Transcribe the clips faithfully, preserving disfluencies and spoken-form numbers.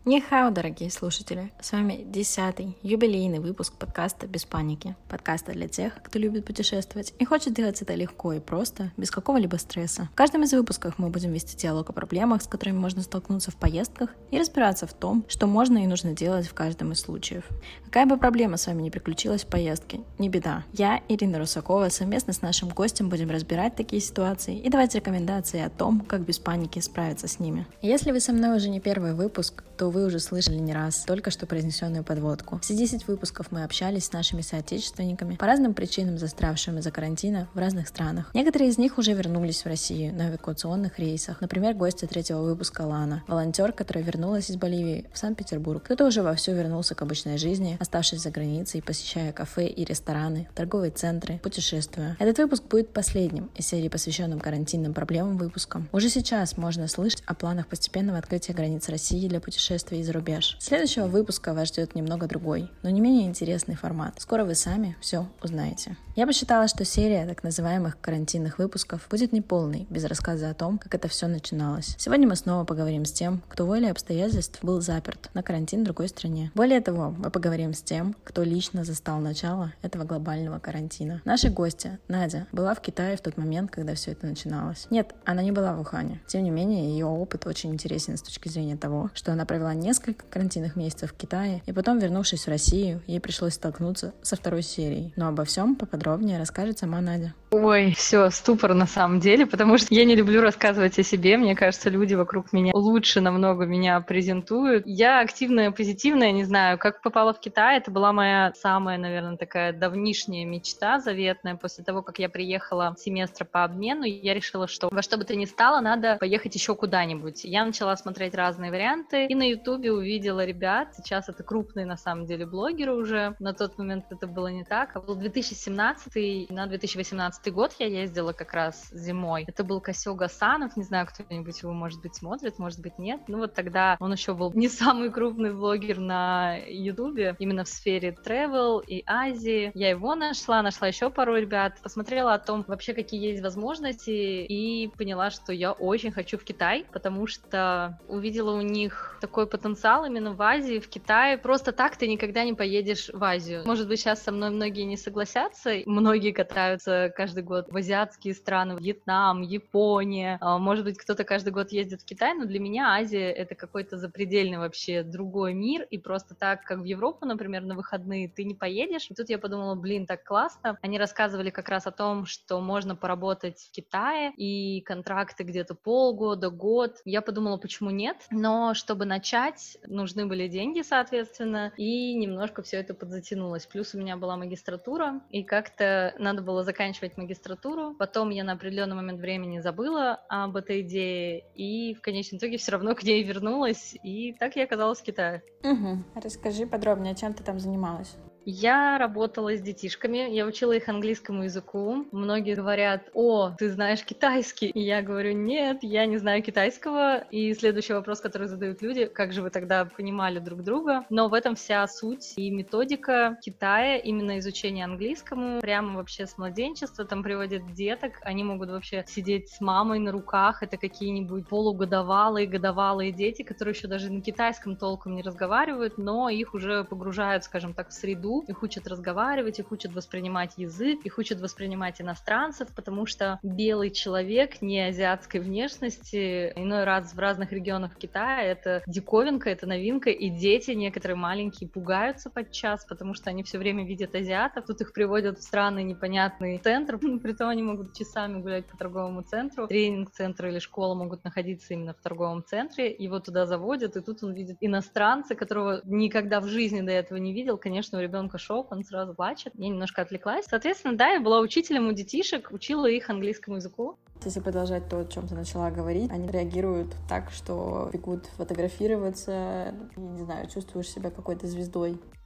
Нихао, дорогие слушатели! С вами десятый юбилейный выпуск подкаста «Без паники». Подкаста для тех, кто любит путешествовать и хочет делать это легко и просто, без какого-либо стресса. В каждом из выпусков мы будем вести диалог о проблемах, с которыми можно столкнуться в поездках, и разбираться в том, что можно и нужно делать в каждом из случаев. Какая бы проблема с вами ни приключилась в поездке, не беда. Я, Ирина Русакова, совместно с нашим гостем будем разбирать такие ситуации и давать рекомендации о том, как без паники справиться с ними. Если вы со мной уже не первый выпуск, то вы уже слышали не раз только что произнесенную подводку. Все десять выпусков мы общались с нашими соотечественниками по разным причинам, застрявшим из-за карантина в разных странах. Некоторые из них уже вернулись в Россию на эвакуационных рейсах. Например, гостья третьего выпуска Лана, волонтер, которая вернулась из Боливии в Санкт-Петербург. Кто-то уже вовсю вернулся к обычной жизни, оставшись за границей, посещая кафе и рестораны, торговые центры, путешествуя. Этот выпуск будет последним из серии, посвященным карантинным проблемам выпускам. Уже сейчас можно слышать о планах постепенного открытия границ России для путешествий и за рубеж. Следующего выпуска вас ждет немного другой, но не менее интересный формат. Скоро вы сами все узнаете. Я посчитала, что серия так называемых карантинных выпусков будет неполной, без рассказа о том, как это все начиналось. Сегодня мы снова поговорим с тем, кто волей обстоятельств был заперт на карантин в другой стране. Более того, мы поговорим с тем, кто лично застал начало этого глобального карантина. Наша гостья, Надя, была в Китае в тот момент, когда все это начиналось. Нет, она не была в Ухане. Тем не менее, ее опыт очень интересен с точки зрения того, что она провела несколько карантинных месяцев в Китае, и потом, вернувшись в Россию, ей пришлось столкнуться со второй серией. Но обо всем поподробнее расскажет сама Надя. Ой, все, ступор на самом деле, потому что я не люблю рассказывать о себе. Мне кажется, люди вокруг меня лучше намного меня презентуют. Я активная, позитивная, не знаю, как попала в Китай. Это была моя самая, наверное, такая давнишняя мечта заветная. После того, как я приехала семестра по обмену, я решила, что во что бы то ни стало, надо поехать еще куда-нибудь. Я начала смотреть разные варианты и на Ютубе увидела ребят. Сейчас это крупные, на самом деле, блогеры уже. На тот момент это было не так. А был две тысячи семнадцатый, на две тысячи восемнадцатый год я ездила как раз зимой. Это был Косё Гасанов, не знаю, кто-нибудь его, может быть, смотрит, может быть, нет. Ну вот тогда он еще был не самый крупный блогер на Ютубе, именно в сфере travel и Азии. Я его нашла, нашла еще пару ребят, посмотрела о том вообще, какие есть возможности, и поняла, что я очень хочу в Китай, потому что увидела у них такой потенциал именно в Азии, в Китае. Просто так ты никогда не поедешь в Азию. Может быть, сейчас со мной многие не согласятся, многие катаются каждый каждый год в азиатские страны, Вьетнам, Япония. Может быть, кто-то каждый год ездит в Китай, но для меня Азия — это какой-то запредельный вообще другой мир, и просто так, как в Европу, например, на выходные ты не поедешь. И тут я подумала, блин, так классно. Они рассказывали как раз о том, что можно поработать в Китае, и контракты где-то полгода, год. Я подумала, почему нет? Но чтобы начать, нужны были деньги, соответственно, и немножко все это подзатянулось. Плюс у меня была магистратура, и как-то надо было заканчивать магистратуру, потом я на определенный момент времени забыла об этой идее, и в конечном итоге все равно к ней вернулась, и так я оказалась в Китае. Угу. Расскажи подробнее, чем ты там занималась? Я работала с детишками, я учила их английскому языку. Многие говорят: о, ты знаешь китайский? И я говорю: нет, я не знаю китайского. И следующий вопрос, который задают люди: как же вы тогда понимали друг друга? Но в этом вся суть и методика Китая, именно изучение английскому, прямо вообще с младенчества. Там приводят деток, они могут вообще сидеть с мамой на руках. Это какие-нибудь полугодовалые, годовалые дети, которые еще даже на китайском толком не разговаривают, но их уже погружают, скажем так, в среду. Их учат разговаривать, их учат воспринимать язык, их учат воспринимать иностранцев, потому что белый человек не азиатской внешности иной раз в разных регионах Китая — это диковинка, это новинка, и дети некоторые маленькие пугаются подчас, потому что они все время видят азиатов, тут их приводят в странный непонятный центр, притом они могут часами гулять по торговому центру, тренинг-центр или школа могут находиться именно в торговом центре, его туда заводят, и тут он видит иностранца, которого никогда в жизни до этого не видел. Конечно, у ребенка шок, он сразу плачет. Я немножко отвлеклась. Соответственно, да, я была учителем у детишек, учила их английскому языку. Если продолжать то, о чем ты начала говорить, они реагируют так, что бегут фотографироваться, и, не знаю, чувствуешь себя какой-то звездой.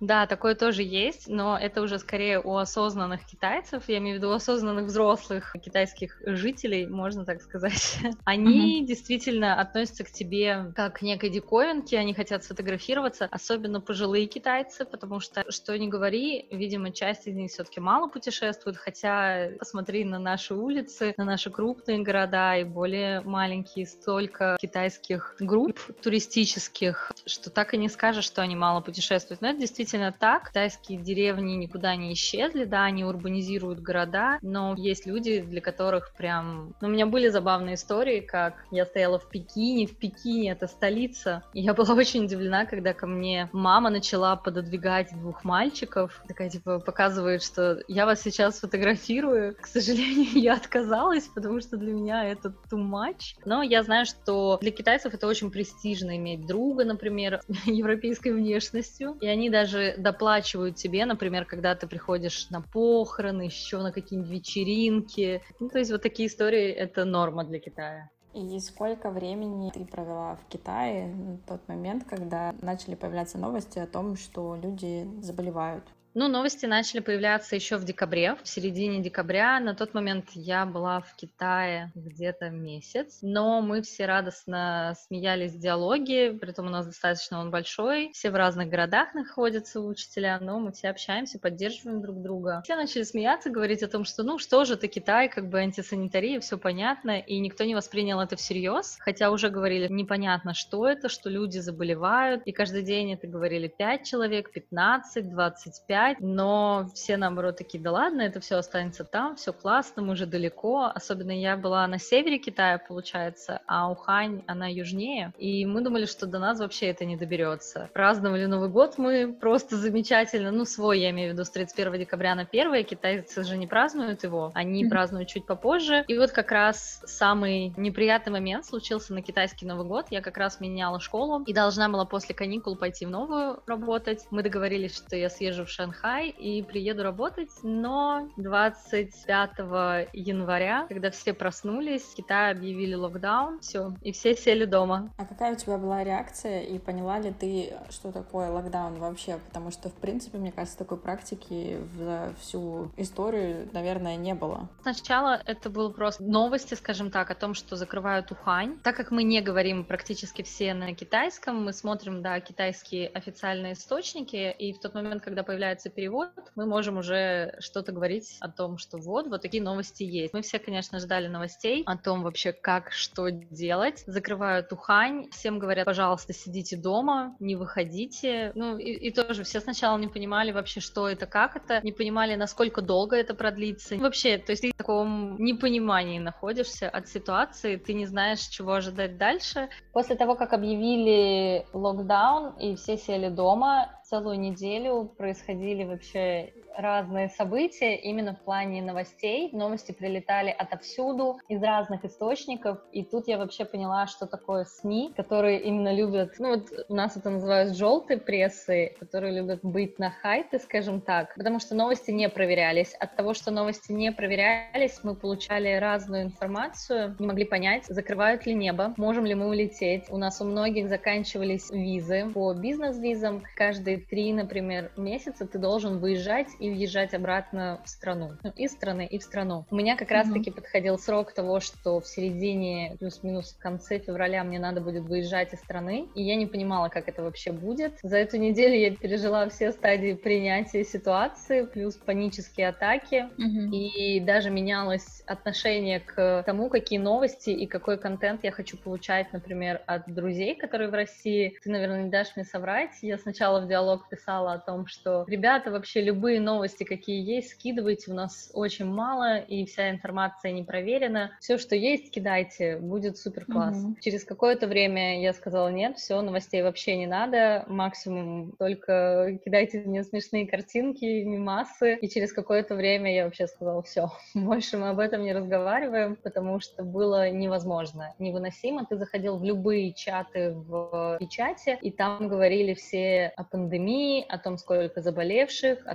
Да, такое тоже есть, но это уже скорее у осознанных китайцев, я имею в виду осознанных взрослых китайских жителей, можно так сказать. Мгм. Они действительно относятся к тебе как к некой диковинке, они хотят сфотографироваться, особенно пожилые китайцы, потому что, что ни говори, видимо, часть из них все-таки мало путешествует, хотя посмотри на наши улицы, на наши крупные города и более маленькие, столько китайских групп туристических, что так и не скажешь, что они мало путешествуют. Но это действительно так. Китайские деревни никуда не исчезли, да, они урбанизируют города, но есть люди, для которых прям... Ну, у меня были забавные истории, как я стояла в Пекине, в Пекине это столица, и я была очень удивлена, когда ко мне мама начала пододвигать двух мальчиков, такая, типа, показывает, что я вас сейчас фотографирую. К сожалению, я отказалась, потому что для меня это too much. Но я знаю, что для китайцев это очень престижно иметь друга, например, европейской внешностью, и они даже доплачивают тебе, например, когда ты приходишь на похороны, еще на какие-нибудь вечеринки. Ну, то есть вот такие истории — это норма для Китая. И сколько времени ты провела в Китае в тот момент, когда начали появляться новости о том, что люди заболевают? Ну, новости начали появляться еще в декабре, в середине декабря. На тот момент я была в Китае где-то месяц, но мы все радостно смеялись в диалоге, притом у нас достаточно он большой, все в разных городах находятся учителя, но мы все общаемся, поддерживаем друг друга. Все начали смеяться, говорить о том, что ну что же это Китай, как бы антисанитария, все понятно, и никто не воспринял это всерьез, хотя уже говорили, непонятно, что это, что люди заболевают, и каждый день это говорили пять человек, пятнадцать, двадцать пять, но все, наоборот, такие, да ладно, это все останется там, все классно, мы уже далеко. Особенно я была на севере Китая, получается, а Ухань, она южнее, и мы думали, что до нас вообще это не доберется. Праздновали Новый год мы просто замечательно, ну, свой, я имею в виду, с тридцать первого декабря на первое, китайцы же не празднуют его, они празднуют чуть попозже, и вот как раз самый неприятный момент случился на китайский Новый год, я как раз меняла школу и должна была после каникул пойти в новую работать. Мы договорились, что я съезжу в Шанхай и приеду работать, но двадцать пятого января, когда все проснулись, в Китае объявили локдаун, все, и все сели дома. А какая у тебя была реакция, и поняла ли ты, что такое локдаун вообще? Потому что, в принципе, мне кажется, такой практики за всю историю, наверное, не было. Сначала это было просто новости, скажем так, о том, что закрывают Ухань. Так как мы не говорим практически все на китайском, мы смотрим, да, китайские официальные источники, и в тот момент, когда появляется перевод, мы можем уже что-то говорить о том, что вот, вот такие новости есть. Мы все, конечно, ждали новостей о том вообще, как, что делать. Закрывают Ухань, всем говорят, пожалуйста, сидите дома, не выходите. Ну, и, и тоже все сначала не понимали вообще, что это, как это, не понимали, насколько долго это продлится. Вообще, то есть ты в таком непонимании находишься от ситуации, ты не знаешь, чего ожидать дальше. После того, как объявили локдаун и все сели дома, целую неделю происходили вообще разные события именно в плане новостей. Новости прилетали отовсюду, из разных источников, и тут я вообще поняла, что такое СМИ, которые именно любят, ну вот у нас это называют желтой прессой, которые любят быть на хайпе, скажем так, потому что новости не проверялись. От того, что новости не проверялись, мы получали разную информацию, не могли понять, закрывают ли небо, можем ли мы улететь. У нас у многих заканчивались визы по бизнес-визам. Каждые три, например, месяца ты должен выезжать и въезжать обратно в страну. Ну, из страны и в страну. У меня как раз-таки mm-hmm. подходил срок того, что в середине, плюс-минус в конце февраля мне надо будет выезжать из страны, и я не понимала, как это вообще будет. За эту неделю я пережила все стадии принятия ситуации, плюс панические атаки, mm-hmm. и даже менялось отношение к тому, какие новости и какой контент я хочу получать, например, от друзей, которые в России. Ты, наверное, не дашь мне соврать. Я сначала в диалог писала о том, что ребята, вообще любые новости новости, какие есть, скидывайте, у нас очень мало, и вся информация не проверена. Все, что есть, кидайте, будет супер класс. Mm-hmm. Через какое-то время я сказала, нет, все, новостей вообще не надо, максимум только кидайте мне смешные картинки, мемасы, и через какое-то время я вообще сказала, все, больше мы об этом не разговариваем, потому что было невозможно, невыносимо. Ты заходил в любые чаты в печати, и там говорили все о пандемии, о том, сколько заболевших, о том, сколько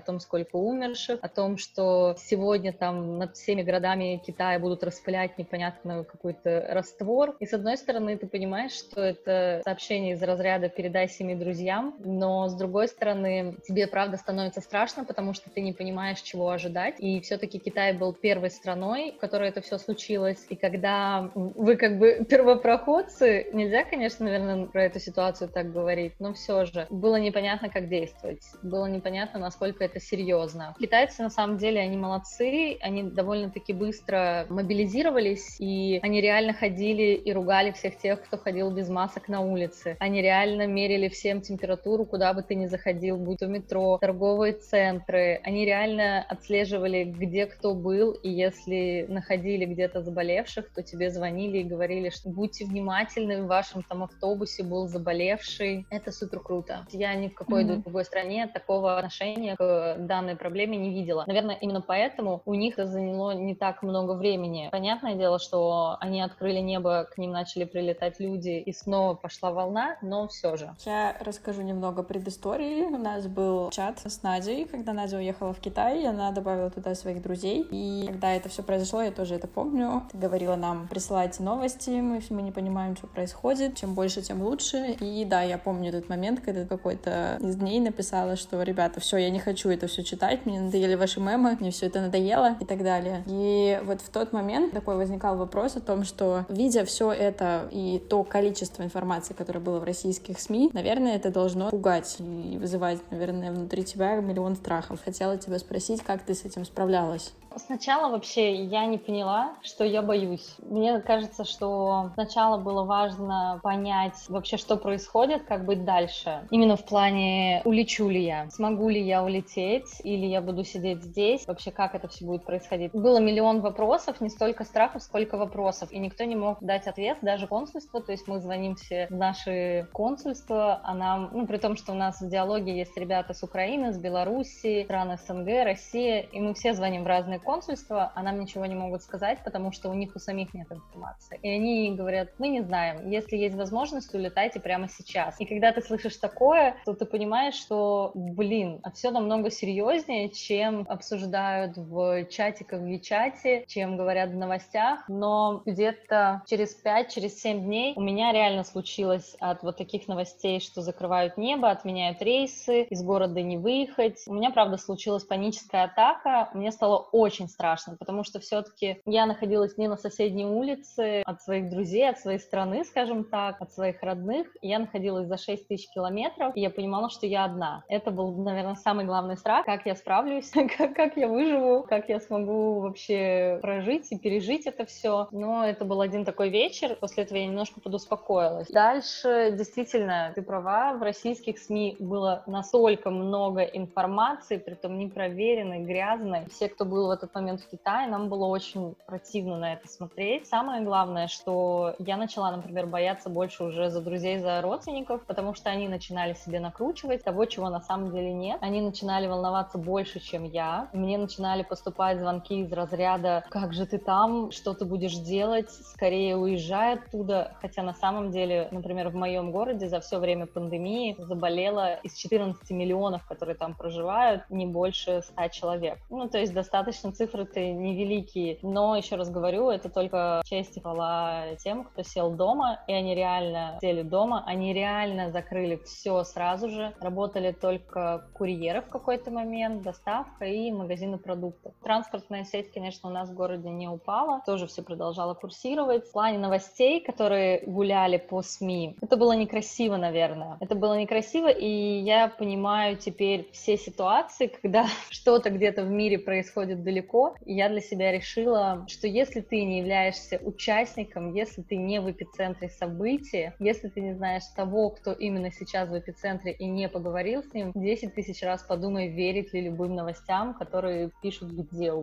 несколько умерших, о том, что сегодня там над всеми городами Китая будут распылять непонятно какой-то раствор. И с одной стороны, ты понимаешь, что это сообщение из разряда «передай семи друзьям», но с другой стороны, тебе правда становится страшно, потому что ты не понимаешь, чего ожидать. И все-таки Китай был первой страной, в которой это все случилось. И когда вы как бы первопроходцы, нельзя, конечно, наверное, про эту ситуацию так говорить, но все же было непонятно, как действовать. Было непонятно, насколько это серьезно. Китайцы, на самом деле, они молодцы, они довольно-таки быстро мобилизировались, и они реально ходили и ругали всех тех, кто ходил без масок на улице. Они реально мерили всем температуру, куда бы ты ни заходил, будь то метро, торговые центры. Они реально отслеживали, где кто был, и если находили где-то заболевших, то тебе звонили и говорили, что будьте внимательны, в вашем там автобусе был заболевший. Это супер круто. Я ни в какой mm-hmm. другой стране такого отношения к данной проблеме не видела. Наверное, именно поэтому у них это заняло не так много времени. Понятное дело, что они открыли небо, к ним начали прилетать люди, и снова пошла волна, но все же. Я расскажу немного предыстории. У нас был чат с Надей, когда Надя уехала в Китай, она добавила туда своих друзей, и когда это все произошло, я тоже это помню. Ты говорила нам: присылайте новости, мы, мы не понимаем, что происходит, чем больше, тем лучше. И да, я помню этот момент, когда какой-то из дней написала, что ребята, все, я не хочу это все читать, мне надоели ваши мемы, мне все это надоело и так далее. И вот в тот момент такой возникал вопрос о том, что, видя все это и то количество информации, которое было в российских СМИ, наверное, это должно пугать и вызывать, наверное, внутри тебя миллион страхов. Хотела тебя спросить, как ты с этим справлялась? Сначала вообще я не поняла, что я боюсь. Мне кажется, что сначала было важно понять вообще, что происходит, как быть дальше. Именно в плане, улечу ли я, смогу ли я улететь, или я буду сидеть здесь, вообще как это все будет происходить. Было миллион вопросов, не столько страхов, сколько вопросов, и никто не мог дать ответ, даже консульство, то есть мы звоним все в наши консульства, а нам, ну при том, что у нас в диалоге есть ребята с Украины, с Белоруссии, стран СНГ, Россия, и мы все звоним в разные консульства, а нам ничего не могут сказать, потому что у них у самих нет информации. И они говорят: мы не знаем, если есть возможность, улетайте прямо сейчас. И когда ты слышишь такое, то ты понимаешь, что, блин, а все намного серьезнее, чем обсуждают в чатиках в Вичате, чем говорят в новостях. Но где-то через пять, через семь дней у меня реально случилось от вот таких новостей, что закрывают небо, отменяют рейсы, из города не выехать. У меня, правда, случилась паническая атака, мне стало очень очень страшно, потому что все-таки я находилась не на соседней улице от своих друзей, от своей страны, скажем так, от своих родных. Я находилась за шесть тысяч километров, и я понимала, что я одна. Это был, наверное, самый главный страх, как я справлюсь, как, как я выживу, как я смогу вообще прожить и пережить это все. Но это был один такой вечер, после этого я немножко подуспокоилась. Дальше, действительно, ты права, в российских СМИ было настолько много информации, притом непроверенной, грязной. Все, кто был в этот момент в Китае, нам было очень противно на это смотреть. Самое главное, что я начала, например, бояться больше уже за друзей, за родственников, потому что они начинали себе накручивать того, чего на самом деле нет. Они начинали волноваться больше, чем я. Мне начинали поступать звонки из разряда: как же ты там, что ты будешь делать, скорее уезжай оттуда. Хотя на самом деле, например, в моем городе за все время пандемии заболело из четырнадцати миллионов, которые там проживают, не больше ста человек. Ну, то есть достаточно цифры-то невеликие, но, еще раз говорю, это только честь и хвала тем, кто сел дома, и они реально сели дома, они реально закрыли все сразу же, работали только курьеры в какой-то момент, доставка и магазины продуктов. Транспортная сеть, конечно, у нас в городе не упала, тоже все продолжало курсировать. В плане новостей, которые гуляли по СМИ, это было некрасиво, наверное. Это было некрасиво, и я понимаю теперь все ситуации, когда что-то где-то в мире происходит далеко, и я для себя решила, что если ты не являешься участником, если ты не в эпицентре события, если ты не знаешь того, кто именно сейчас в эпицентре, и не поговорил с ним, десять тысяч раз подумай, верить ли любым новостям, которые пишут где угодно.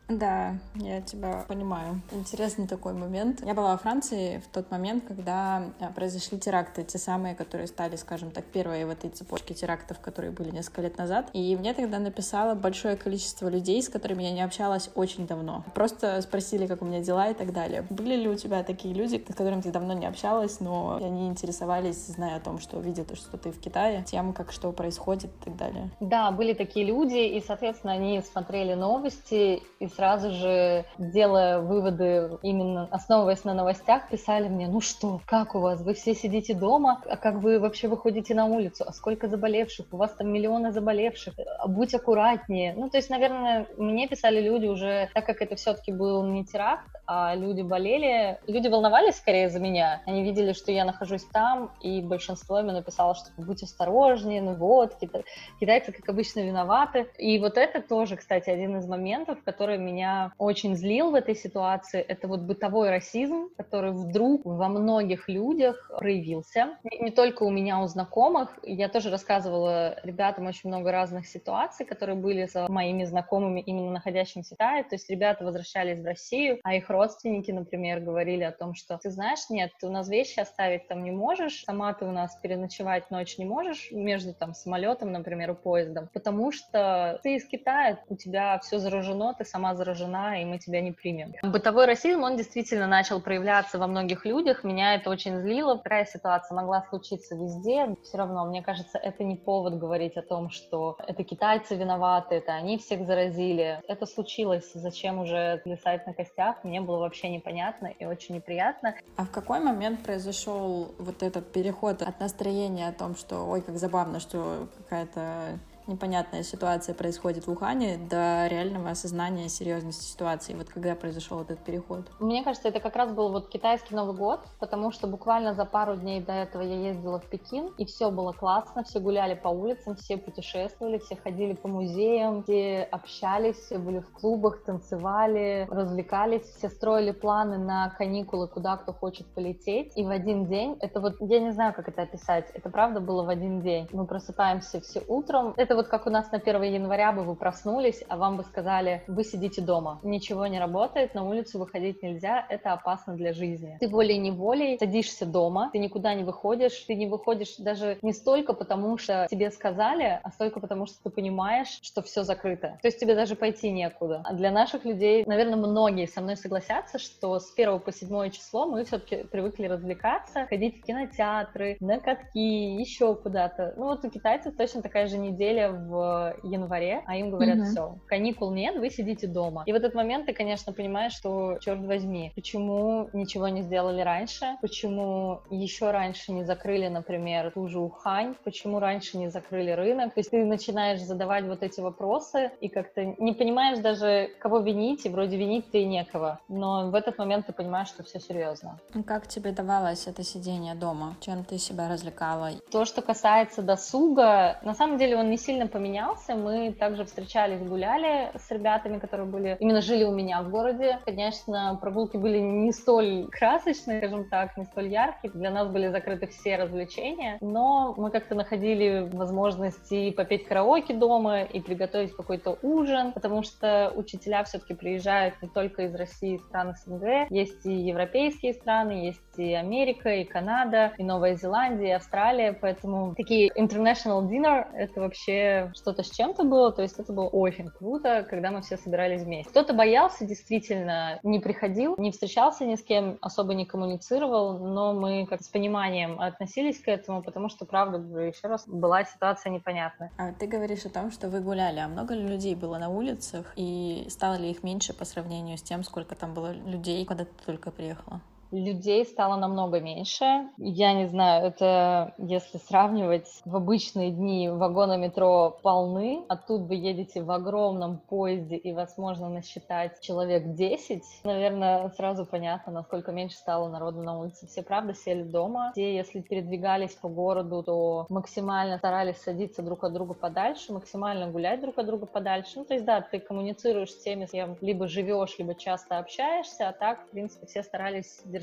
Да, я тебя понимаю. Интересный такой момент. Я была во Франции в тот момент, когда произошли теракты, те самые, которые стали, скажем так, первой в этой цепочке терактов, которые были несколько лет назад. И мне тогда написало большое количество людей, с которыми я не общалась очень давно. Просто спросили, как у меня дела и так далее. Были ли у тебя такие люди, с которыми ты давно не общалась, но они интересовались, зная о том, что видят, что ты в Китае, тем, как что происходит и так далее? Да, были такие люди, и, соответственно, они смотрели новости и сразу же, делая выводы, именно основываясь на новостях, писали мне: ну что, как у вас, вы все сидите дома, а как вы вообще выходите на улицу, а сколько заболевших, у вас там миллионы заболевших, а будь аккуратнее. Ну, то есть, наверное, мне писали люди уже, так как это все-таки был не теракт, а люди болели, люди волновались скорее за меня, они видели, что я нахожусь там, и большинство именно написало, что будь осторожнее, ну вот, кита... китайцы, как обычно, виноваты. И вот это тоже, кстати, один из моментов, который меня очень злил в этой ситуации, это вот бытовой расизм, который вдруг во многих людях проявился. Не только у меня, у знакомых. Я тоже рассказывала ребятам очень много разных ситуаций, которые были с моими знакомыми, именно находящимися в Китае. То есть ребята возвращались в Россию, а их родственники, например, говорили о том, что ты знаешь, нет, ты у нас вещи оставить там не можешь, сама ты у нас переночевать ночь не можешь между там самолетом, например, и поездом, потому что ты из Китая, у тебя все заражено, ты сама заражена, и мы тебя не примем. Бытовой расизм, он действительно начал проявляться во многих людях, меня это очень злило. Такая ситуация могла случиться везде, все равно, мне кажется, это не повод говорить о том, что это китайцы виноваты, это они всех заразили. Это случилось, зачем уже плясать на костях, мне было вообще непонятно и очень неприятно. А в какой момент произошел вот этот переход от настроения о том, что ой, как забавно, что какая-то непонятная ситуация происходит в Ухане, до реального осознания серьезности ситуации? Вот когда произошел этот переход? Мне кажется, это как раз был вот китайский Новый год, потому что буквально за пару дней до этого я ездила в Пекин, и все было классно, все гуляли по улицам, все путешествовали, все ходили по музеям, все общались, все были в клубах, танцевали, развлекались, все строили планы на каникулы, куда кто хочет полететь. И в один день, это вот, я не знаю, как это описать, это правда было в один день. Мы просыпаемся все утром, это вот как у нас на первое января бы вы проснулись, а вам бы сказали: вы сидите дома, ничего не работает, на улицу выходить нельзя, это опасно для жизни. Ты волей-неволей садишься дома, ты никуда не выходишь, ты не выходишь даже не столько потому, что тебе сказали, а столько потому, что ты понимаешь, что все закрыто. То есть тебе даже пойти некуда. А для наших людей, наверное, многие со мной согласятся, что с первого по седьмое число мы все-таки привыкли развлекаться, ходить в кинотеатры, на катки, еще куда-то. Ну вот у китайцев точно такая же неделя в январе, а им говорят: Мгм. все, каникул нет, вы сидите дома. И в этот момент ты, конечно, понимаешь, что, черт возьми, почему ничего не сделали раньше, почему еще раньше не закрыли, например, ту же Ухань, почему раньше не закрыли рынок. То есть ты начинаешь задавать вот эти вопросы и как-то не понимаешь даже, кого винить, и вроде винить-то и некого. Но в этот момент ты понимаешь, что все серьезно. Как тебе давалось это сидение дома? Чем ты себя развлекала? То, что касается досуга, на самом деле он не сильно поменялся. Мы также встречались, гуляли с ребятами, которые были, именно жили у меня в городе. Конечно, прогулки были не столь красочные, скажем так, не столь яркие. Для нас были закрыты все развлечения, но мы как-то находили возможности попеть караоке дома и приготовить какой-то ужин, потому что учителя все-таки приезжают не только из России и стран СНГ, есть и европейские страны, есть и Америка, и Канада, и Новая Зеландия, и Австралия, поэтому такие international dinner — это вообще что-то с чем-то было, то есть это было очень круто, когда мы все собирались вместе. Кто-то боялся, действительно, не приходил, не встречался ни с кем, особо не коммуницировал, но мы как с пониманием относились к этому, потому что, правда, еще раз, была ситуация непонятная. А ты говоришь о том, что вы гуляли, а много ли людей было на улицах, и стало ли их меньше по сравнению с тем, сколько там было людей, когда ты только приехала? Людей стало намного меньше. Я не знаю, это если сравнивать, в обычные дни вагоны метро полны, а тут вы едете в огромном поезде и вас можно насчитать человек десять. Наверное, сразу понятно, насколько меньше стало народу на улице. Все, правда, сели дома. Все, если передвигались по городу, то максимально старались садиться друг от друга подальше, максимально гулять друг от друга подальше. Ну, то есть, да, ты коммуницируешь с теми, с кем либо живешь, либо часто общаешься, а так, в принципе, все старались держать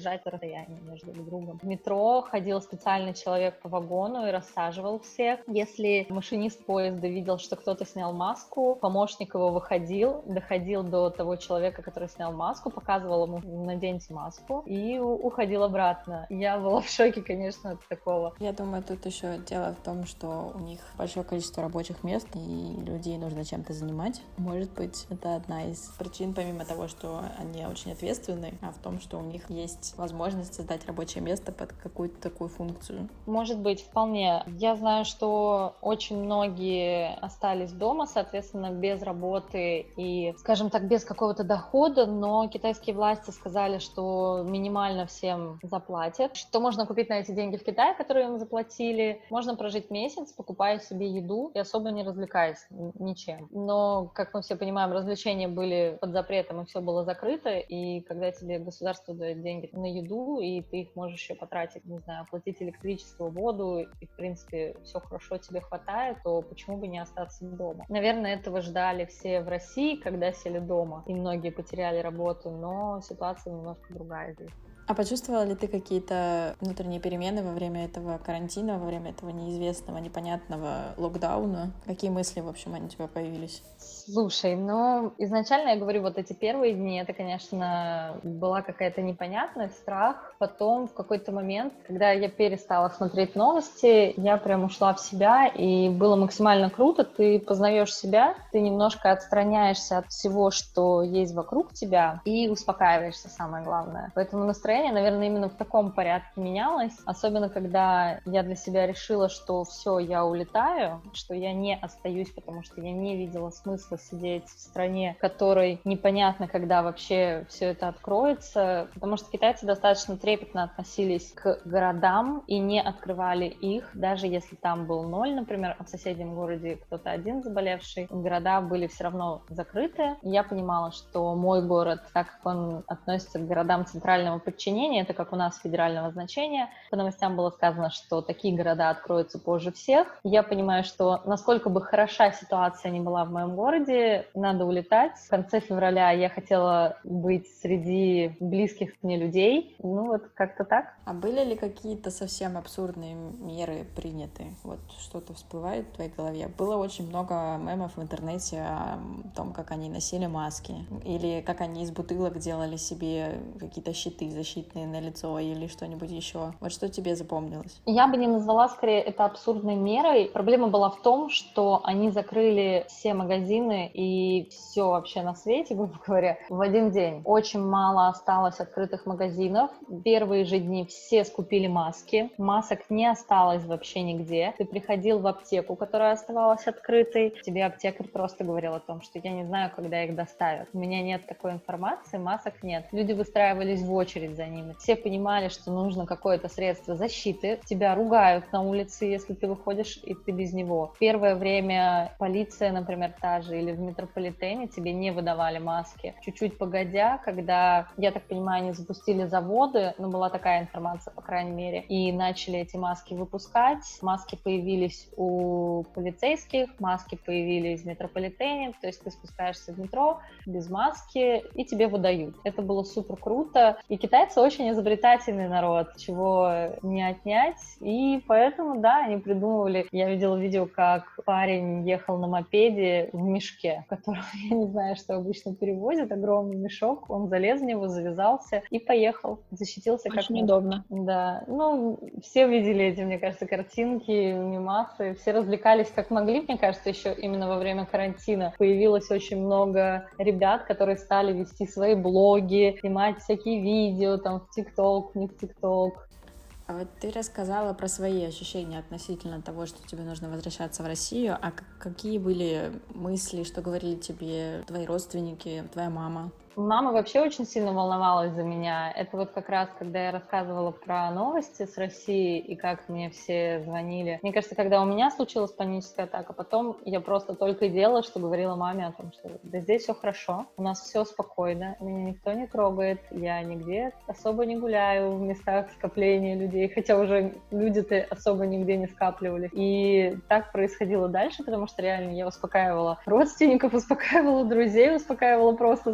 держать расстояние между друг другом. В метро ходил специальный человек по вагону и рассаживал всех. Если машинист поезда видел, что кто-то снял маску, помощник его выходил, доходил до того человека, который снял маску, показывал ему: наденьте маску, и уходил обратно. Я была в шоке, конечно, от такого. Я думаю, тут еще дело в том, что у них большое количество рабочих мест, и людей нужно чем-то занимать. Может быть, это одна из причин, помимо того, что они очень ответственны, а в том, что у них есть возможность создать рабочее место под какую-то такую функцию. Может быть, вполне. Я знаю, что очень многие остались дома, соответственно, без работы и, скажем так, без какого-то дохода, но китайские власти сказали, что минимально всем заплатят. Что можно купить на эти деньги в Китае, которые им заплатили? Можно прожить месяц, покупая себе еду и особо не развлекаясь ничем. Но, как мы все понимаем, развлечения были под запретом, и все было закрыто, и когда тебе государство дает деньги на еду, и ты их можешь еще потратить, не знаю, оплатить электричество, воду, и, в принципе, все хорошо тебе хватает, то почему бы не остаться дома? Наверное, этого ждали все в России, когда сели дома, и многие потеряли работу, но ситуация немножко другая здесь. А почувствовала ли ты какие-то внутренние перемены во время этого карантина, во время этого неизвестного, непонятного локдауна? Какие мысли, в общем, они у тебя появились? Слушай, ну, изначально, я говорю, вот эти первые дни, это, конечно, была какая-то непонятность, страх. Потом, в какой-то момент, когда я перестала смотреть новости, я прям ушла в себя, и было максимально круто. Ты познаешь себя, ты немножко отстраняешься от всего, что есть вокруг тебя, и успокаиваешься, самое главное. Поэтому настроение, наверное, именно в таком порядке менялось. Особенно, когда я для себя решила, что все, я улетаю, что я не остаюсь, потому что я не видела смысла сидеть в стране, в которой непонятно, когда вообще все это откроется, потому что китайцы достаточно трепетно относились к городам и не открывали их, даже если там был ноль, например, а в соседнем городе кто-то один заболевший, города были все равно закрыты. Я понимала, что мой город, так как он относится к городам центрального подчинения, это как у нас федерального значения, по новостям было сказано, что такие города откроются позже всех. Я понимаю, что насколько бы хороша ситуация не была в моем городе, надо улетать. В конце февраля я хотела быть среди близких мне людей. Ну вот как-то так. А были ли какие-то совсем абсурдные меры приняты? Вот что-то всплывает в твоей голове? Было очень много мемов в интернете о том, как они носили маски, или как они из бутылок делали себе какие-то щиты защитные на лицо или что-нибудь еще. Вот что тебе запомнилось? Я бы не назвала скорее это абсурдной мерой. Проблема была в том, что они закрыли все магазины и все вообще на свете, грубо говоря, в один день. Очень мало осталось открытых магазинов. Первые же дни все скупили маски. Масок не осталось вообще нигде. Ты приходил в аптеку, которая оставалась открытой. Тебе аптекарь просто говорил о том, что я не знаю, когда их доставят. У меня нет такой информации, масок нет. Люди выстраивались в очередь за ними. Все понимали, что нужно какое-то средство защиты. Тебя ругают на улице, если ты выходишь и ты без него. Первое время полиция, например, та же, или в метрополитене тебе не выдавали маски. Чуть-чуть погодя, когда, я так понимаю, они запустили заводы, ну, была такая информация, по крайней мере, и начали эти маски выпускать. Маски появились у полицейских, маски появились в метрополитене, то есть ты спускаешься в метро без маски, и тебе выдают. Это было супер круто. И китайцы очень изобретательный народ, чего не отнять. И поэтому, да, они придумывали. Я видела видео, как парень ехал на мопеде в мешке, в котором, я не знаю, что обычно перевозят, огромный мешок. Он залез в него, завязался и поехал. Защитился как Очень удобно. Да. Ну, все видели эти, мне кажется, картинки, мемасы. Все развлекались как могли, мне кажется, еще именно во время карантина. Появилось очень много ребят, которые стали вести свои блоги, снимать всякие видео там в ТикТок, не в ТикТок. А вот ты рассказала про свои ощущения относительно того, что тебе нужно возвращаться в Россию. А какие были мысли, что говорили тебе твои родственники, твоя мама? Мама вообще очень сильно волновалась за меня. Это вот как раз, когда я рассказывала про новости с России и как мне все звонили. Мне кажется, когда у меня случилась паническая атака, потом я просто только и делала, что говорила маме о том, что да здесь все хорошо, у нас все спокойно, меня никто не трогает, я нигде особо не гуляю в местах скопления людей, хотя уже люди-то особо нигде не скапливались. И так происходило дальше, потому что реально я успокаивала родственников, успокаивала друзей, успокаивала просто знакомых,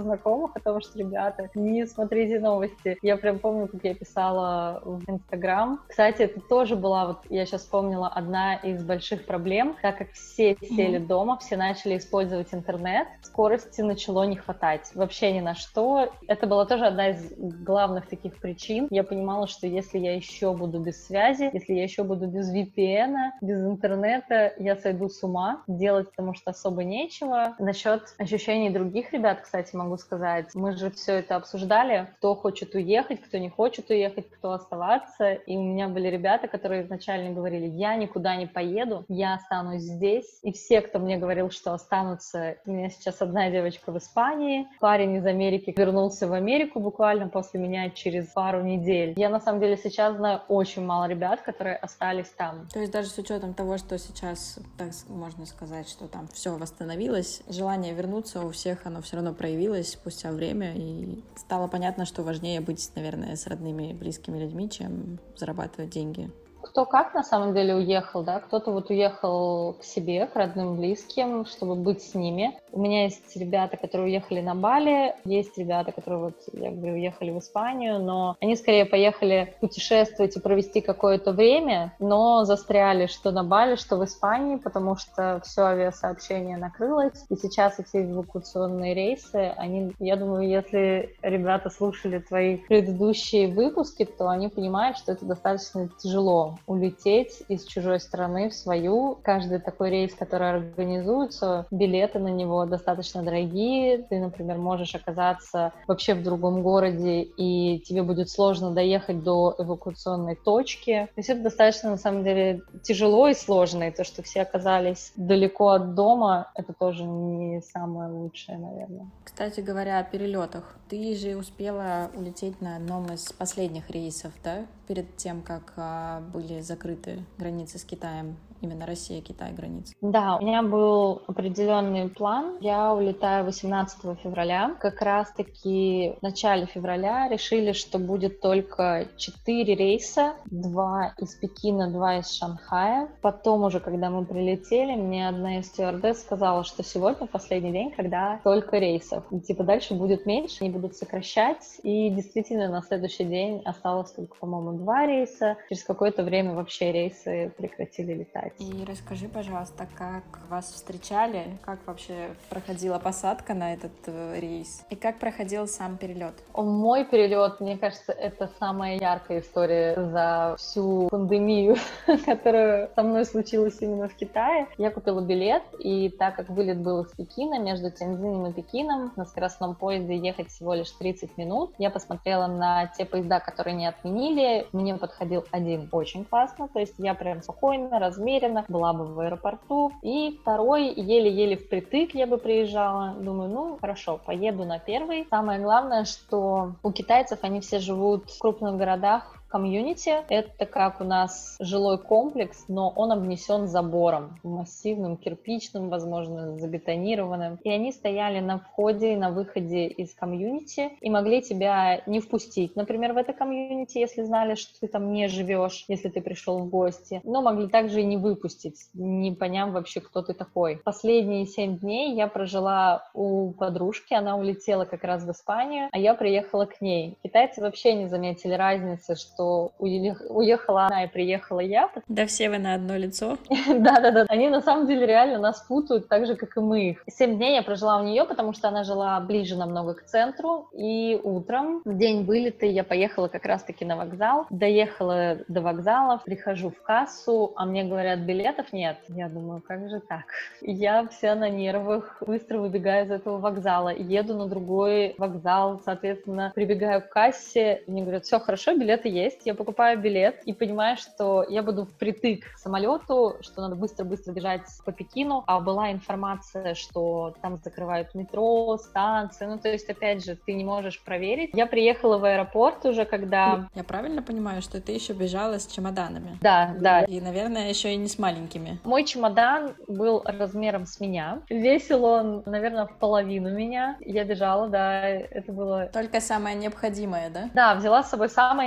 инстаграмах о том, что, ребята, не смотрите новости. Я прям помню, как я писала в инстаграм. Кстати, это тоже была, вот я сейчас вспомнила, одна из больших проблем, так как все сели mm-hmm. дома, все начали использовать интернет, скорости начало не хватать вообще ни на что. Это была тоже одна из главных таких причин. Я понимала, что если я еще буду без связи, если я еще буду без ви пи эн, без интернета, я сойду с ума. Делать потому что особо нечего. Насчет ощущений других ребят, кстати, могу сказать, мы же все это обсуждали, кто хочет уехать, кто не хочет уехать, кто оставаться. И у меня были ребята, которые изначально говорили: я никуда не поеду, я останусь здесь. И все, кто мне говорил, что останутся, у меня сейчас одна девочка в Испании, парень из Америки вернулся в Америку буквально после меня через пару недель. Я на самом деле сейчас знаю очень мало ребят, которые остались там. То есть даже с учетом того, что сейчас, так можно сказать, что там все восстановилось, желание вернуться у всех, оно все равно проявилось спустя время, и стало понятно, что важнее быть, наверное, с родными, близкими людьми, чем зарабатывать деньги. Кто как на самом деле уехал, да, кто-то вот уехал к себе, к родным, близким, чтобы быть с ними. У меня есть ребята, которые уехали на Бали, есть ребята, которые, вот, я говорю, уехали в Испанию, но они скорее поехали путешествовать и провести какое-то время, но застряли что на Бали, что в Испании, потому что все авиасообщение накрылось, и сейчас эти эвакуационные рейсы, они, я думаю, если ребята слушали твои предыдущие выпуски, то они понимают, что это достаточно тяжело улететь из чужой страны в свою. Каждый такой рейс, который организуется, билеты на него достаточно дорогие. Ты, например, можешь оказаться вообще в другом городе, и тебе будет сложно доехать до эвакуационной точки. То есть это достаточно, на самом деле, тяжело и сложно. И то, что все оказались далеко от дома, это тоже не самое лучшее, наверное. Кстати говоря, о перелетах. Ты же успела улететь на одном из последних рейсов, да? Перед тем, как а, были закрыты границы с Китаем, именно Россия, Китай, границы. Да, у меня был определенный план. Я улетаю восемнадцатого февраля. Как раз-таки в начале февраля решили, что будет только четыре рейса. Два из Пекина, два из Шанхая. Потом уже, когда мы прилетели, мне одна из стюардесс сказала, что сегодня последний день, когда только рейсов. И типа дальше будет меньше, они будут сокращать. И действительно на следующий день осталось только, по-моему, два рейса. Через какое-то время вообще рейсы прекратили летать. И расскажи, пожалуйста, как вас встречали, как вообще проходила посадка на этот э, рейс, и как проходил сам перелет? Мой перелет, мне кажется, это самая яркая история за всю пандемию, которая со мной случилась именно в Китае. Я купила билет, и так как вылет был из Пекина, между Тяньцзинем и Пекином на скоростном поезде ехать всего лишь тридцать минут, я посмотрела на те поезда, которые не отменили. Мне подходил один очень классно, то есть я прям спокойно, размеренно была бы в аэропорту. И второй еле-еле впритык я бы приезжала. Думаю, ну хорошо, поеду на первый. Самое главное, что у китайцев они все живут в крупных городах, комьюнити. Это как у нас жилой комплекс, но он обнесен забором, массивным, кирпичным, возможно, забетонированным. И они стояли на входе и на выходе из комьюнити и могли тебя не впустить, например, в это комьюнити, если знали, что ты там не живешь, если ты пришел в гости, но могли также и не выпустить, не поняв вообще, кто ты такой. Последние семь дней я прожила у подружки, она улетела как раз в Испанию, а я приехала к ней. Китайцы вообще не заметили разницы, что что уехала она и приехала я. Да все вы на одно лицо. Да-да-да. Они на самом деле реально нас путают так же, как и мы их. Семь дней я прожила у нее, потому что она жила ближе намного к центру. И утром, в день вылета, я поехала как раз-таки на вокзал. Доехала до вокзала, прихожу в кассу, а мне говорят, билетов нет. Я думаю, как же так? Я вся на нервах, быстро выбегаю из этого вокзала, еду на другой вокзал, соответственно, прибегаю к кассе. Мне говорят, все хорошо, билеты есть. Я покупаю билет и понимаю, что я буду впритык к самолету, что надо быстро-быстро бежать по Пекину, а была информация, что там закрывают метро, станции, ну то есть опять же ты не можешь проверить. Я приехала в аэропорт уже, когда... Я правильно понимаю, что ты еще бежала с чемоданами? Да, да. И, наверное, еще и не с маленькими. Мой чемодан был размером с меня. Весил он, наверное, в половину меня. Я бежала, да, это было... Только самое необходимое, да? Да, взяла с собой самое необходимое.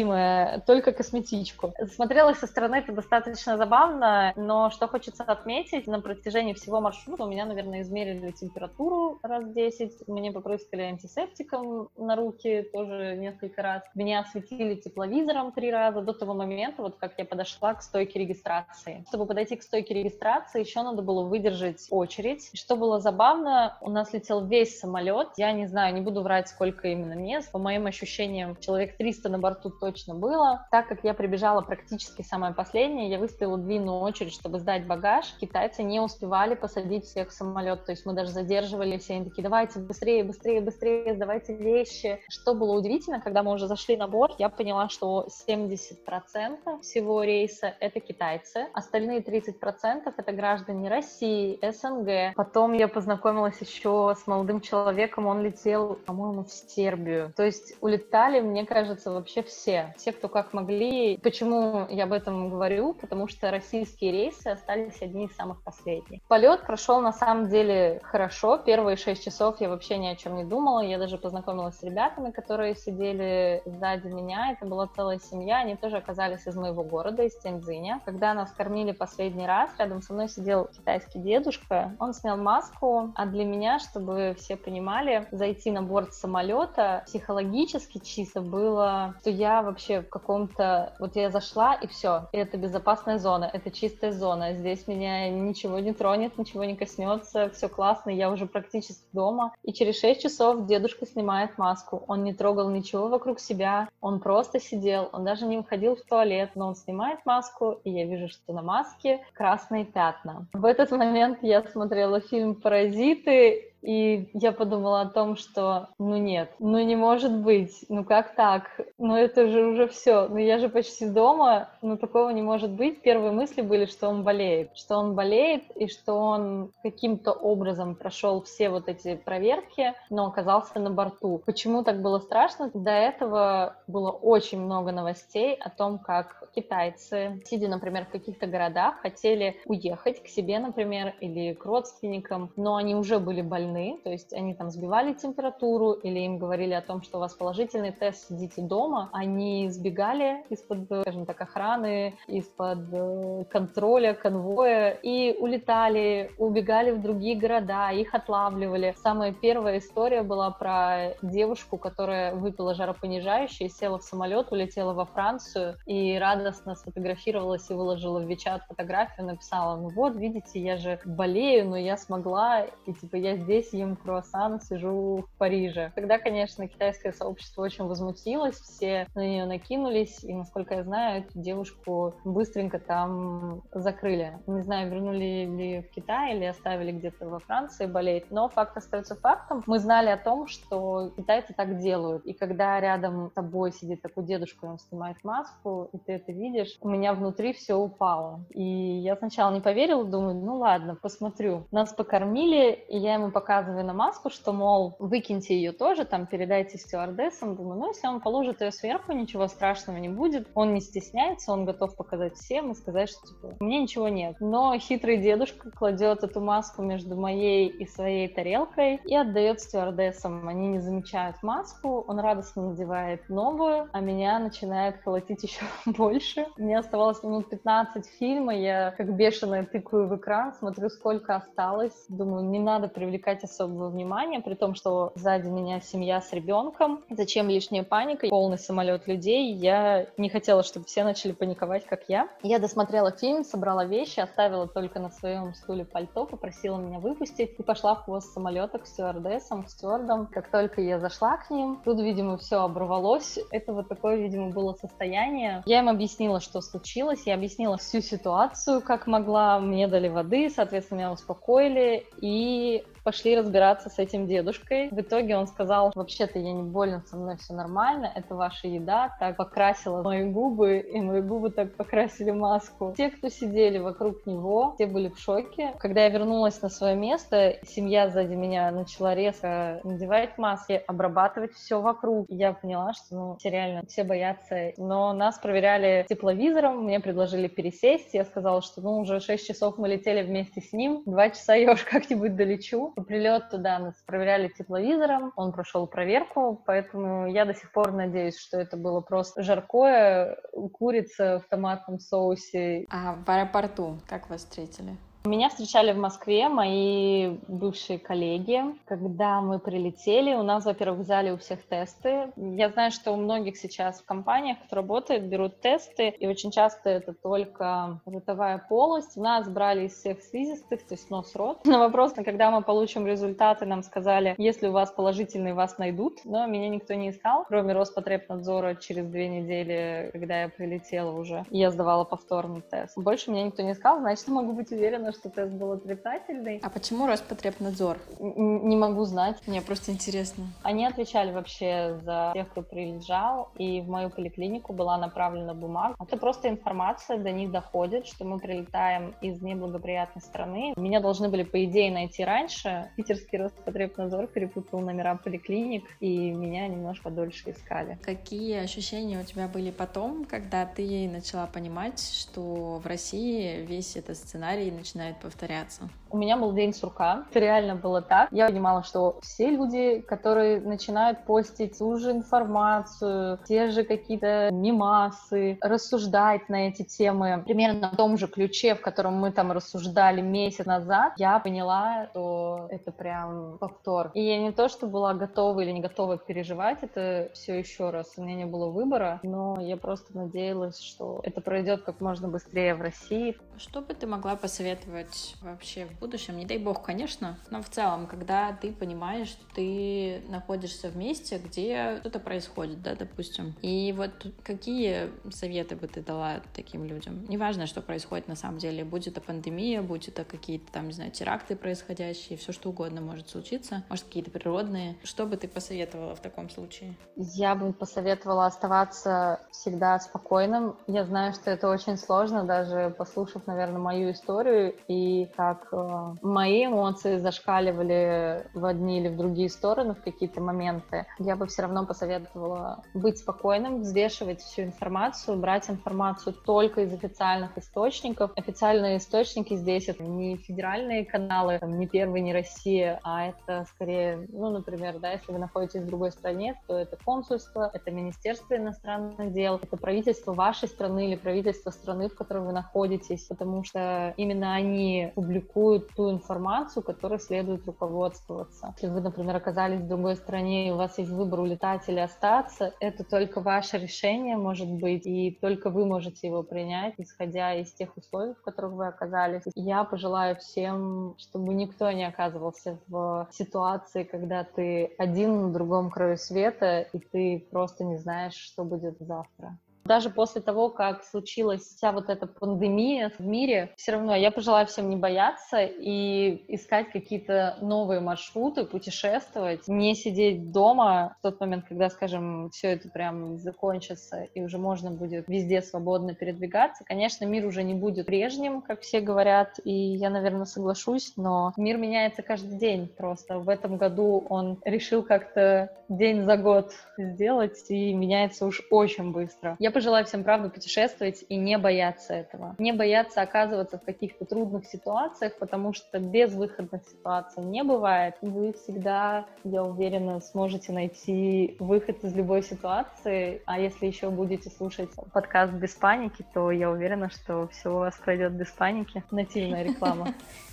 необходимое, только косметичку. Смотрелось со стороны это достаточно забавно, но что хочется отметить, на протяжении всего маршрута у меня, наверное, измерили температуру раз десять, мне попрыскали антисептиком на руки тоже несколько раз, меня осветили тепловизором три раза до того момента, вот как я подошла к стойке регистрации. Чтобы подойти к стойке регистрации, еще надо было выдержать очередь. И что было забавно, у нас летел весь самолет, я не знаю, не буду врать, сколько именно мест, по моим ощущениям, человек триста на борту точно было. Так как я прибежала практически самое последнее, я выстояла длинную очередь, чтобы сдать багаж. Китайцы не успевали посадить всех в самолет, то есть мы даже задерживались, и они такие: давайте быстрее, быстрее, быстрее, сдавайте вещи. Что было удивительно, когда мы уже зашли на борт, я поняла, что семьдесят процентов всего рейса — это китайцы, остальные тридцать процентов — это граждане России, СНГ. Потом я познакомилась еще с молодым человеком, он летел, по-моему, в Сербию. То есть улетали, мне кажется, вообще все. Все, кто как могли. Почему я об этом говорю? Потому что российские рейсы остались одни из самых последних. Полет прошел на самом деле хорошо. Первые шесть часов я вообще ни о чем не думала. Я даже познакомилась с ребятами, которые сидели сзади меня. Это была целая семья. Они тоже оказались из моего города, из Тяньцзиня. Когда нас кормили последний раз, рядом со мной сидел китайский дедушка. Он снял маску, а для меня, чтобы все понимали, зайти на борт самолета психологически чисто было, что я вообще в каком-то... Вот я зашла, и все. И это безопасная зона, это чистая зона. Здесь меня ничего не тронет, ничего не коснется, все классно, я уже практически дома. И через шесть часов дедушка снимает маску. Он не трогал ничего вокруг себя, он просто сидел, он даже не уходил в туалет, но он снимает маску, и я вижу, что на маске красные пятна. В этот момент я смотрела фильм «Паразиты», и я подумала о том, что ну нет, ну не может быть, ну как так, ну это же уже все, ну я же почти дома, ну такого не может быть. Первые мысли были, что он болеет, что он болеет и что он каким-то образом прошел все вот эти проверки, но оказался на борту. Почему так было страшно? До этого было очень много новостей о том, как китайцы, сидя, например, в каких-то городах, хотели уехать к себе, например, или к родственникам, но они уже были больны, то есть они там сбивали температуру или им говорили о том, что у вас положительный тест, сидите дома. Они сбегали из-под, скажем так, охраны, из-под контроля, конвоя и улетали, убегали в другие города, их отлавливали. Самая первая история была про девушку, которая выпила жаропонижающее, села в самолет, улетела во Францию и радостно сфотографировалась и выложила в WeChat фотографию, написала: ну вот, видите, я же болею, но я смогла, и типа я здесь ем круассан, сижу в Париже. Тогда, конечно, китайское сообщество очень возмутилось, все на нее накинулись, и, насколько я знаю, эту девушку быстренько там закрыли. Не знаю, вернули ли в Китай или оставили где-то во Франции болеть, но факт остается фактом. Мы знали о том, что китайцы так делают, и когда рядом с тобой сидит такой дедушка, он снимает маску, и ты это видишь, у меня внутри все упало. И я сначала не поверила, думаю, ну ладно, посмотрю. Нас покормили, и я ему показываю на маску, что, мол, выкиньте ее тоже, там, передайте стюардессам. Думаю, ну, если он положит ее сверху, ничего страшного не будет. Он не стесняется, он готов показать всем и сказать, что, типа, мне ничего нет. Но хитрый дедушка кладет эту маску между моей и своей тарелкой и отдает стюардессам. Они не замечают маску, он радостно надевает новую, а меня начинает колотить еще больше. Мне оставалось минут пятнадцать фильма, я как бешеная тыкаю в экран, смотрю, сколько осталось. Думаю, не надо привлекать особого внимания, при том, что сзади меня семья с ребенком. Зачем лишняя паника? Полный самолет людей. Я не хотела, чтобы все начали паниковать, как я. Я досмотрела фильм, собрала вещи, оставила только на своем стуле пальто, попросила меня выпустить и пошла в хвост самолета к стюардессам, к стюардам. Как только я зашла к ним, тут, видимо, все оборвалось. Это вот такое, видимо, было состояние. Я им объяснила, что случилось. Я объяснила всю ситуацию, как могла. Мне дали воды, соответственно, меня успокоили и пошли разбираться с этим дедушкой. В итоге он сказал: вообще-то я не болен, со мной все нормально, это ваша еда так покрасила мои губы, и мои губы так покрасили маску. Те, кто сидели вокруг него, все были в шоке. Когда я вернулась на свое место, семья сзади меня начала резко надевать маски, обрабатывать все вокруг. И я поняла, что ну, все реально, все боятся. Но нас проверяли тепловизором, мне предложили пересесть. Я сказала, что ну уже шесть часов мы летели вместе с ним, два часа я уж как-нибудь долечу. году. По прилету, да, нас проверяли тепловизором, он прошел проверку, поэтому я до сих пор надеюсь, что это было просто жаркое, курица в томатном соусе. А в аэропорту как вас встретили? Меня встречали в Москве мои бывшие коллеги. Когда мы прилетели, у нас, во-первых, взяли у всех тесты. Я знаю, что у многих сейчас в компаниях, кто работает, берут тесты, и очень часто это только ротовая полость. У нас брали из всех слизистых, то есть нос-рот. На вопрос, когда мы получим результаты, нам сказали, если у вас положительный, вас найдут. Но меня никто не искал, кроме Роспотребнадзора через две недели, когда я прилетела уже. Я сдавала повторный тест. Больше меня никто не искал, значит, я могу быть уверена, что тест был отрицательный. А почему Роспотребнадзор? Н- не могу знать. Мне просто интересно. Они отвечали вообще за тех, кто приезжал, и в мою поликлинику была направлена бумага. Это просто информация, до них доходит, что мы прилетаем из неблагоприятной страны. Меня должны были, по идее, найти раньше. Питерский Роспотребнадзор перепутал номера поликлиник, и меня немножко дольше искали. Какие ощущения у тебя были потом, когда ты начала понимать, что в России весь этот сценарий начинает повторяться? У меня был день сурка. Это реально было так. Я понимала, что все люди, которые начинают постить ту же информацию, те же какие-то мемасы, рассуждать на эти темы примерно в том же ключе, в котором мы там рассуждали месяц назад, я поняла, что это прям повтор. И я не то, что была готова или не готова переживать это все еще раз. У меня не было выбора, но я просто надеялась, что это пройдет как можно быстрее в России. Что бы ты могла посоветовать вообще в будущем? Не дай бог, конечно, но в целом, когда ты понимаешь, что ты находишься в месте, где что-то происходит, да, допустим. И вот какие советы бы ты дала таким людям? Неважно, что происходит на самом деле. Будь это пандемия, будь это какие-то там, не знаю, теракты происходящие, все что угодно может случиться, может, какие-то природные. Что бы ты посоветовала в таком случае? Я бы посоветовала оставаться всегда спокойным. Я знаю, что это очень сложно, даже послушав, наверное, мою историю, и как э, мои эмоции зашкаливали в одни или в другие стороны в какие-то моменты. Я бы все равно посоветовала быть спокойным, взвешивать всю информацию, брать информацию только из официальных источников. Официальные источники здесь это не федеральные каналы, там, не Первый, не Россия, а это скорее, ну, например, да, если вы находитесь в другой стране, то это консульство, это Министерство иностранных дел, это правительство вашей страны или правительство страны, в которой вы находитесь, потому что именно они публикуют ту информацию, которой следует руководствоваться. Если вы, например, оказались в другой стране, и у вас есть выбор улетать или остаться, это только ваше решение может быть, и только вы можете его принять, исходя из тех условий, в которых вы оказались. Я пожелаю всем, чтобы никто не оказывался в ситуации, когда ты один на другом краю света, и ты просто не знаешь, что будет завтра. Даже после того, как случилась вся вот эта пандемия в мире, все равно я пожелаю всем не бояться и искать какие-то новые маршруты, путешествовать, не сидеть дома в тот момент, когда, скажем, все это прям закончится и уже можно будет везде свободно передвигаться. Конечно, мир уже не будет прежним, как все говорят, и я, наверное, соглашусь, но мир меняется каждый день просто. В этом году он решил как-то день за год сделать и меняется уж очень быстро. Я пожелаю всем, правда, путешествовать и не бояться этого. Не бояться оказываться в каких-то трудных ситуациях, потому что безвыходных ситуаций не бывает. Вы всегда, я уверена, сможете найти выход из любой ситуации. А если еще будете слушать подкаст «Без паники», то я уверена, что все у вас пройдет без паники. Нативная реклама.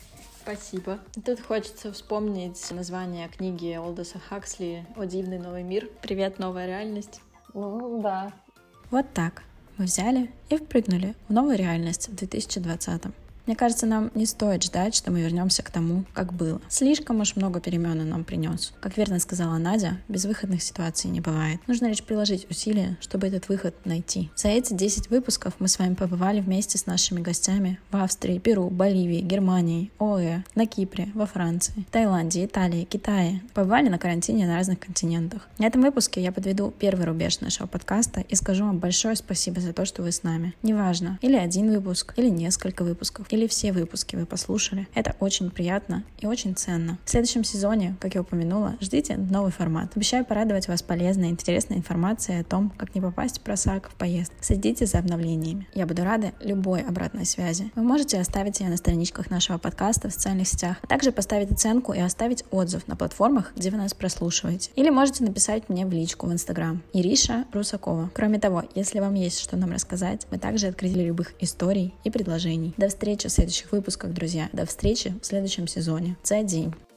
Спасибо. Тут хочется вспомнить название книги Олдоса Хаксли «О дивный новый мир». Привет, новая реальность. Ну, да. Вот так мы взяли и впрыгнули в новую реальность в две тысячи двадцатом. Мне кажется, нам не стоит ждать, что мы вернемся к тому, как было. Слишком уж много перемен он нам принес. Как верно сказала Надя, безвыходных ситуаций не бывает. Нужно лишь приложить усилия, чтобы этот выход найти. За эти десять выпусков мы с вами побывали вместе с нашими гостями в Австрии, Перу, Боливии, Германии, ОЭ, на Кипре, во Франции, Таиланде, Италии, Китае. Побывали на карантине на разных континентах. На этом выпуске я подведу первый рубеж нашего подкаста и скажу вам большое спасибо за то, что вы с нами. Неважно, или один выпуск, или несколько выпусков, или или все выпуски вы послушали. Это очень приятно и очень ценно. В следующем сезоне, как я упомянула, ждите новый формат. Обещаю порадовать вас полезной и интересной информацией о том, как не попасть в просак в поездку. Следите за обновлениями. Я буду рада любой обратной связи. Вы можете оставить ее на страничках нашего подкаста в социальных сетях, а также поставить оценку и оставить отзыв на платформах, где вы нас прослушиваете. Или можете написать мне в личку в Инстаграм. Ириша Русакова. Кроме того, если вам есть что нам рассказать, мы также открыты для любых историй и предложений. До встречи в следующих выпусках, друзья. До встречи в следующем сезоне. Це день.